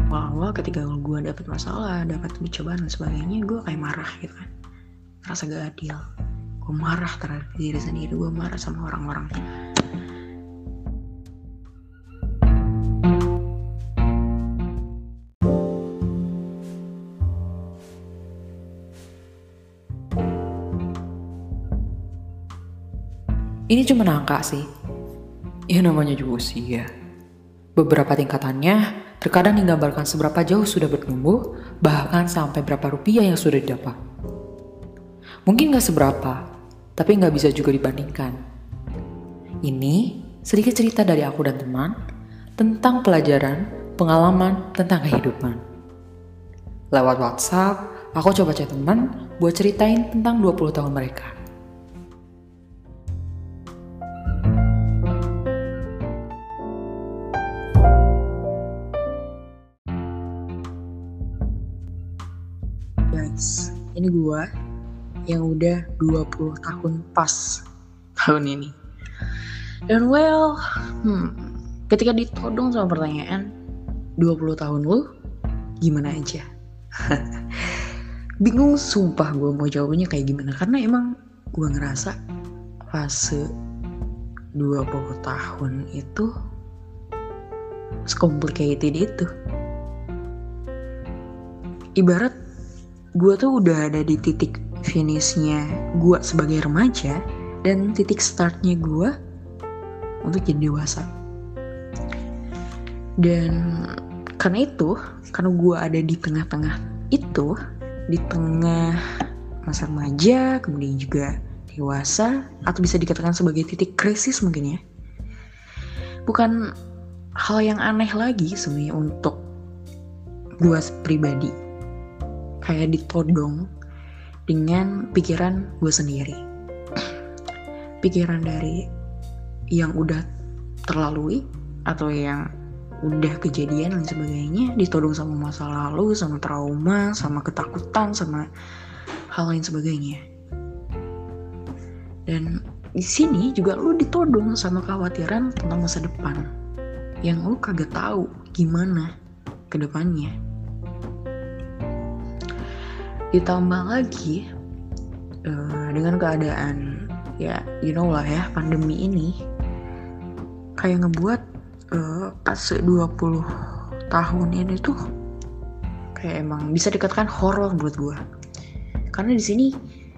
awal-awal ketika gue dapet masalah, dapet cobaan dan sebagainya, gue kayak marah gitu kan, rasa gak adil. Gue marah terhadap diri sendiri, gue marah sama orang-orang. Ini cuma angka sih. Ya namanya juga usia. Beberapa tingkatannya terkadang digambarkan seberapa jauh sudah bertumbuh, bahkan sampai berapa rupiah yang sudah didapat. Mungkin gak seberapa, tapi gak bisa juga dibandingkan. Ini sedikit cerita dari aku dan teman tentang pelajaran, pengalaman tentang kehidupan. Lewat WhatsApp, aku coba chat teman buat ceritain tentang 20 tahun mereka. Guys, ini gue yang udah 20 tahun pas tahun ini. Dan ketika ditodong sama pertanyaan 20 tahun lu gimana aja? Bingung sumpah gue mau jawabnya kayak gimana. Karena emang gue ngerasa fase 20 tahun itu complicated itu. Ibarat gue tuh udah ada di titik finishnya gue sebagai remaja dan titik startnya gue untuk jadi dewasa. Dan karena gue ada di tengah-tengah itu, di tengah masa remaja, kemudian juga dewasa, atau bisa dikatakan sebagai titik krisis mungkin ya. Bukan hal yang aneh lagi sebenarnya untuk gue pribadi. Kayak ditodong dengan pikiran gue sendiri. Pikiran dari yang udah terlalui atau yang udah kejadian dan sebagainya, ditodong sama masa lalu, sama trauma, sama ketakutan, sama hal lain sebagainya. Dan di sini juga lu ditodong sama kekhawatiran tentang masa depan yang lu kagak tahu gimana ke depannya. Ditambah lagi dengan keadaan ya you know lah ya, pandemi ini kayak ngebuat fase 20 tahun ini tuh kayak emang bisa dikatakan horor buat gue. Karena di sini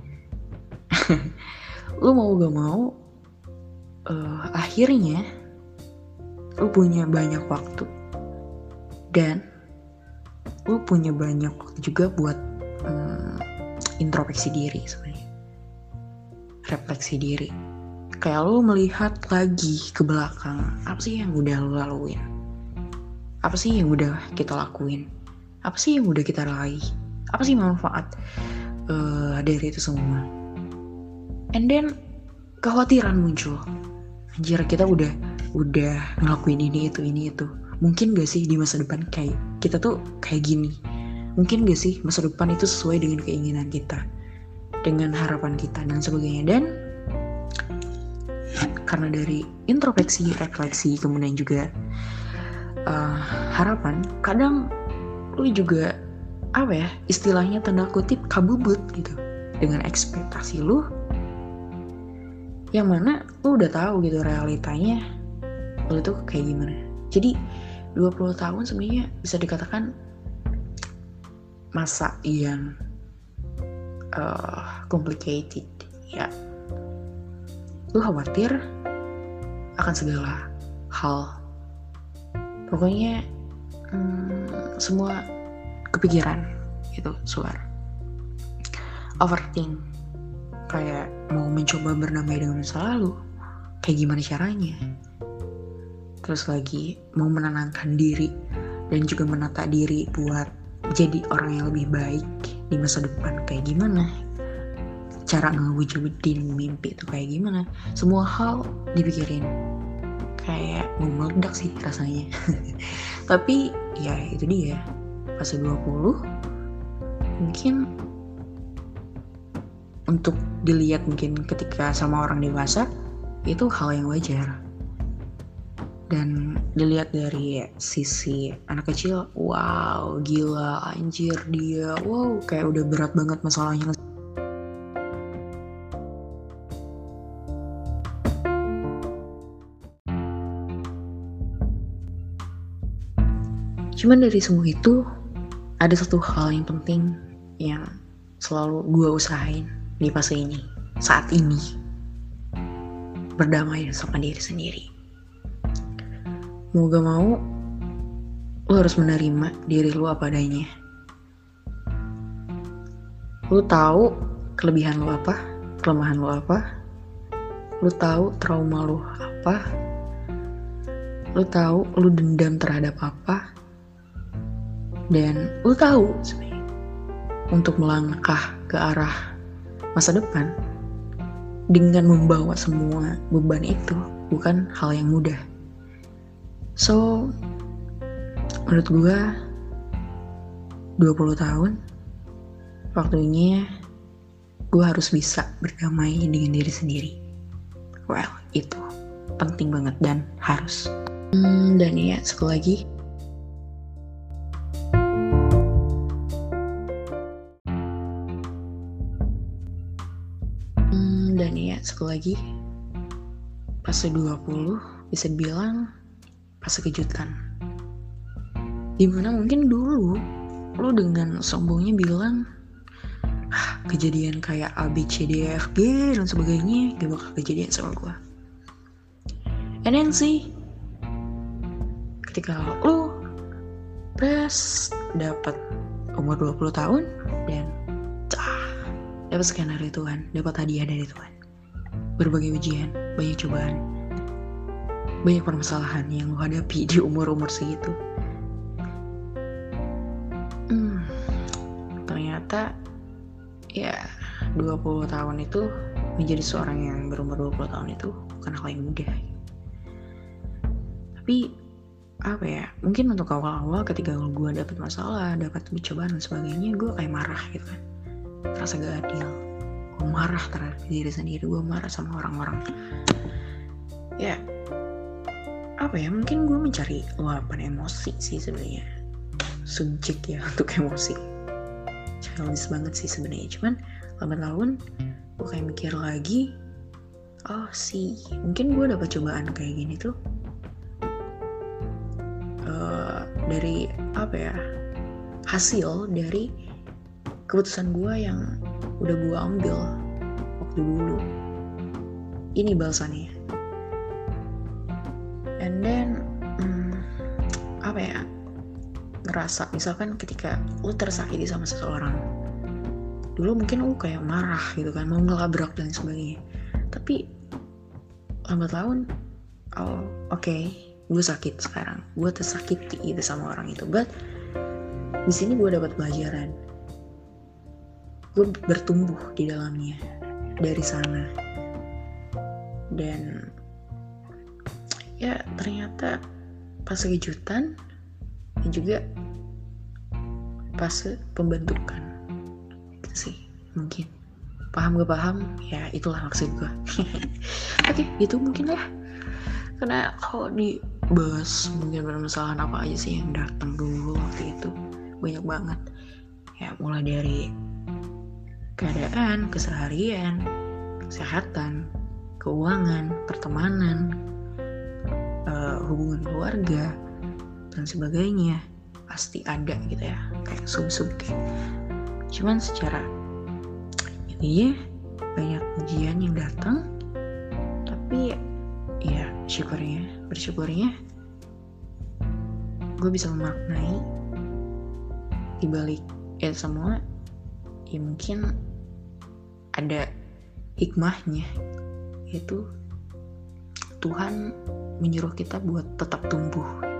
lu mau gak mau akhirnya lu punya banyak waktu dan lu punya banyak waktu juga buat introspeksi diri sebenarnya, refleksi diri. Kayak lu melihat lagi ke belakang, apa sih yang udah lu laluin, apa sih yang udah kita lakuin, apa sih yang udah kita raih, apa sih manfaat dari itu semua. And then kekhawatiran muncul, anjir kita udah ngelakuin ini itu, mungkin gak sih di masa depan kayak kita tuh kayak gini. Mungkin gak sih masa depan itu sesuai dengan keinginan kita, dengan harapan kita dan sebagainya. Dan karena dari introspeksi, refleksi, kemudian juga harapan, kadang lu juga istilahnya tanda kutip kabubut gitu dengan ekspektasi lu, yang mana lu udah tahu gitu realitanya lu tuh kayak gimana. Jadi 20 tahun sebenarnya bisa dikatakan masa yang complicated ya. Lu khawatir akan segala hal, pokoknya semua kepikiran gitu, suara overthink, kayak mau mencoba berdamai dengan masa lalu, kayak gimana caranya. Terus lagi mau menenangkan diri dan juga menata diri buat jadi orang yang lebih baik di masa depan, kayak gimana cara ngewujudin mimpi itu kayak gimana. Semua hal dipikirin, kayak mau meledak sih rasanya. Tapi ya itu dia, fase 20 mungkin untuk dilihat mungkin ketika sama orang dewasa itu hal yang wajar. Dan dilihat dari sisi anak kecil, wow gila anjir dia, wow kayak udah berat banget masalahnya. Cuman dari semua itu ada satu hal yang penting yang selalu gue usahain di fase ini, saat ini, berdamai sama diri sendiri. Mau gak mau, lo harus menerima diri lo apa adanya. Lo tahu kelebihan lo apa, kelemahan lo apa. Lo tahu trauma lo apa. Lo tahu lo dendam terhadap apa. Dan lo tahu sebenarnya untuk melangkah ke arah masa depan dengan membawa semua beban itu bukan hal yang mudah. So, menurut gue 20 tahun waktunya gue harus bisa berdamai dengan diri sendiri. Well, itu penting banget dan harus. Dan ya, sekali lagi fase 20 bisa dibilang fase kejutan, dimana mungkin dulu lo dengan sombongnya bilang kejadian kayak A, B, C, D, E, F, G dan sebagainya gak bakal kejadian sama gue. And then sih ketika lo dapat umur 20 tahun dan dapat skenario Tuhan, dapat hadiah dari Tuhan, berbagai ujian, banyak cobaan, banyak permasalahan yang lo hadapi di umur-umur segitu. Ternyata ya 20 tahun itu menjadi seorang yang berumur 20 tahun itu bukan hal yang mudah. Tapi apa ya, mungkin untuk awal-awal ketika gue dapet masalah, dapat cobaan dan sebagainya, gue kayak marah gitu kan, terasa gak adil. Gue marah terhadap diri sendiri, gue marah sama orang-orang. Ya apa ya, mungkin gue mencari luapan emosi sih sebenarnya, subjek ya untuk emosi, childish banget sih sebenarnya. Cuman lambat laun gue kayak mikir lagi, mungkin gue dapat cobaan kayak gini tuh dari hasil dari keputusan gue yang udah gue ambil waktu dulu. Ini balasannya. And then ngerasa misalkan ketika lu tersakiti sama seseorang, dulu mungkin lu kayak marah gitu kan, mau ngelabrak dan sebagainya. Tapi lambat laun gue sakit sekarang, gue tersakiti gitu sama orang itu. But di sini gue dapat pelajaran, gue bertumbuh di dalamnya dari sana. Dan ya ternyata fase kejutan dan juga fase pembentukan gitu sih. Mungkin paham gak paham ya, itulah maksud gue. Oke, gitu mungkin ya. Karena kalau dibahas mungkin permasalahan apa aja sih yang datang dulu waktu itu, banyak banget ya, mulai dari keadaan, keseharian, kesehatan, keuangan, pertemanan, hubungan keluarga dan sebagainya. Pasti ada gitu ya, kayak sub-sub kayak. Cuman secara ini banyak ujian yang datang, tapi ya bersyukurnya gue bisa memaknai dibalik semua ya, mungkin ada hikmahnya, yaitu Tuhan menyuruh kita buat tetap tumbuh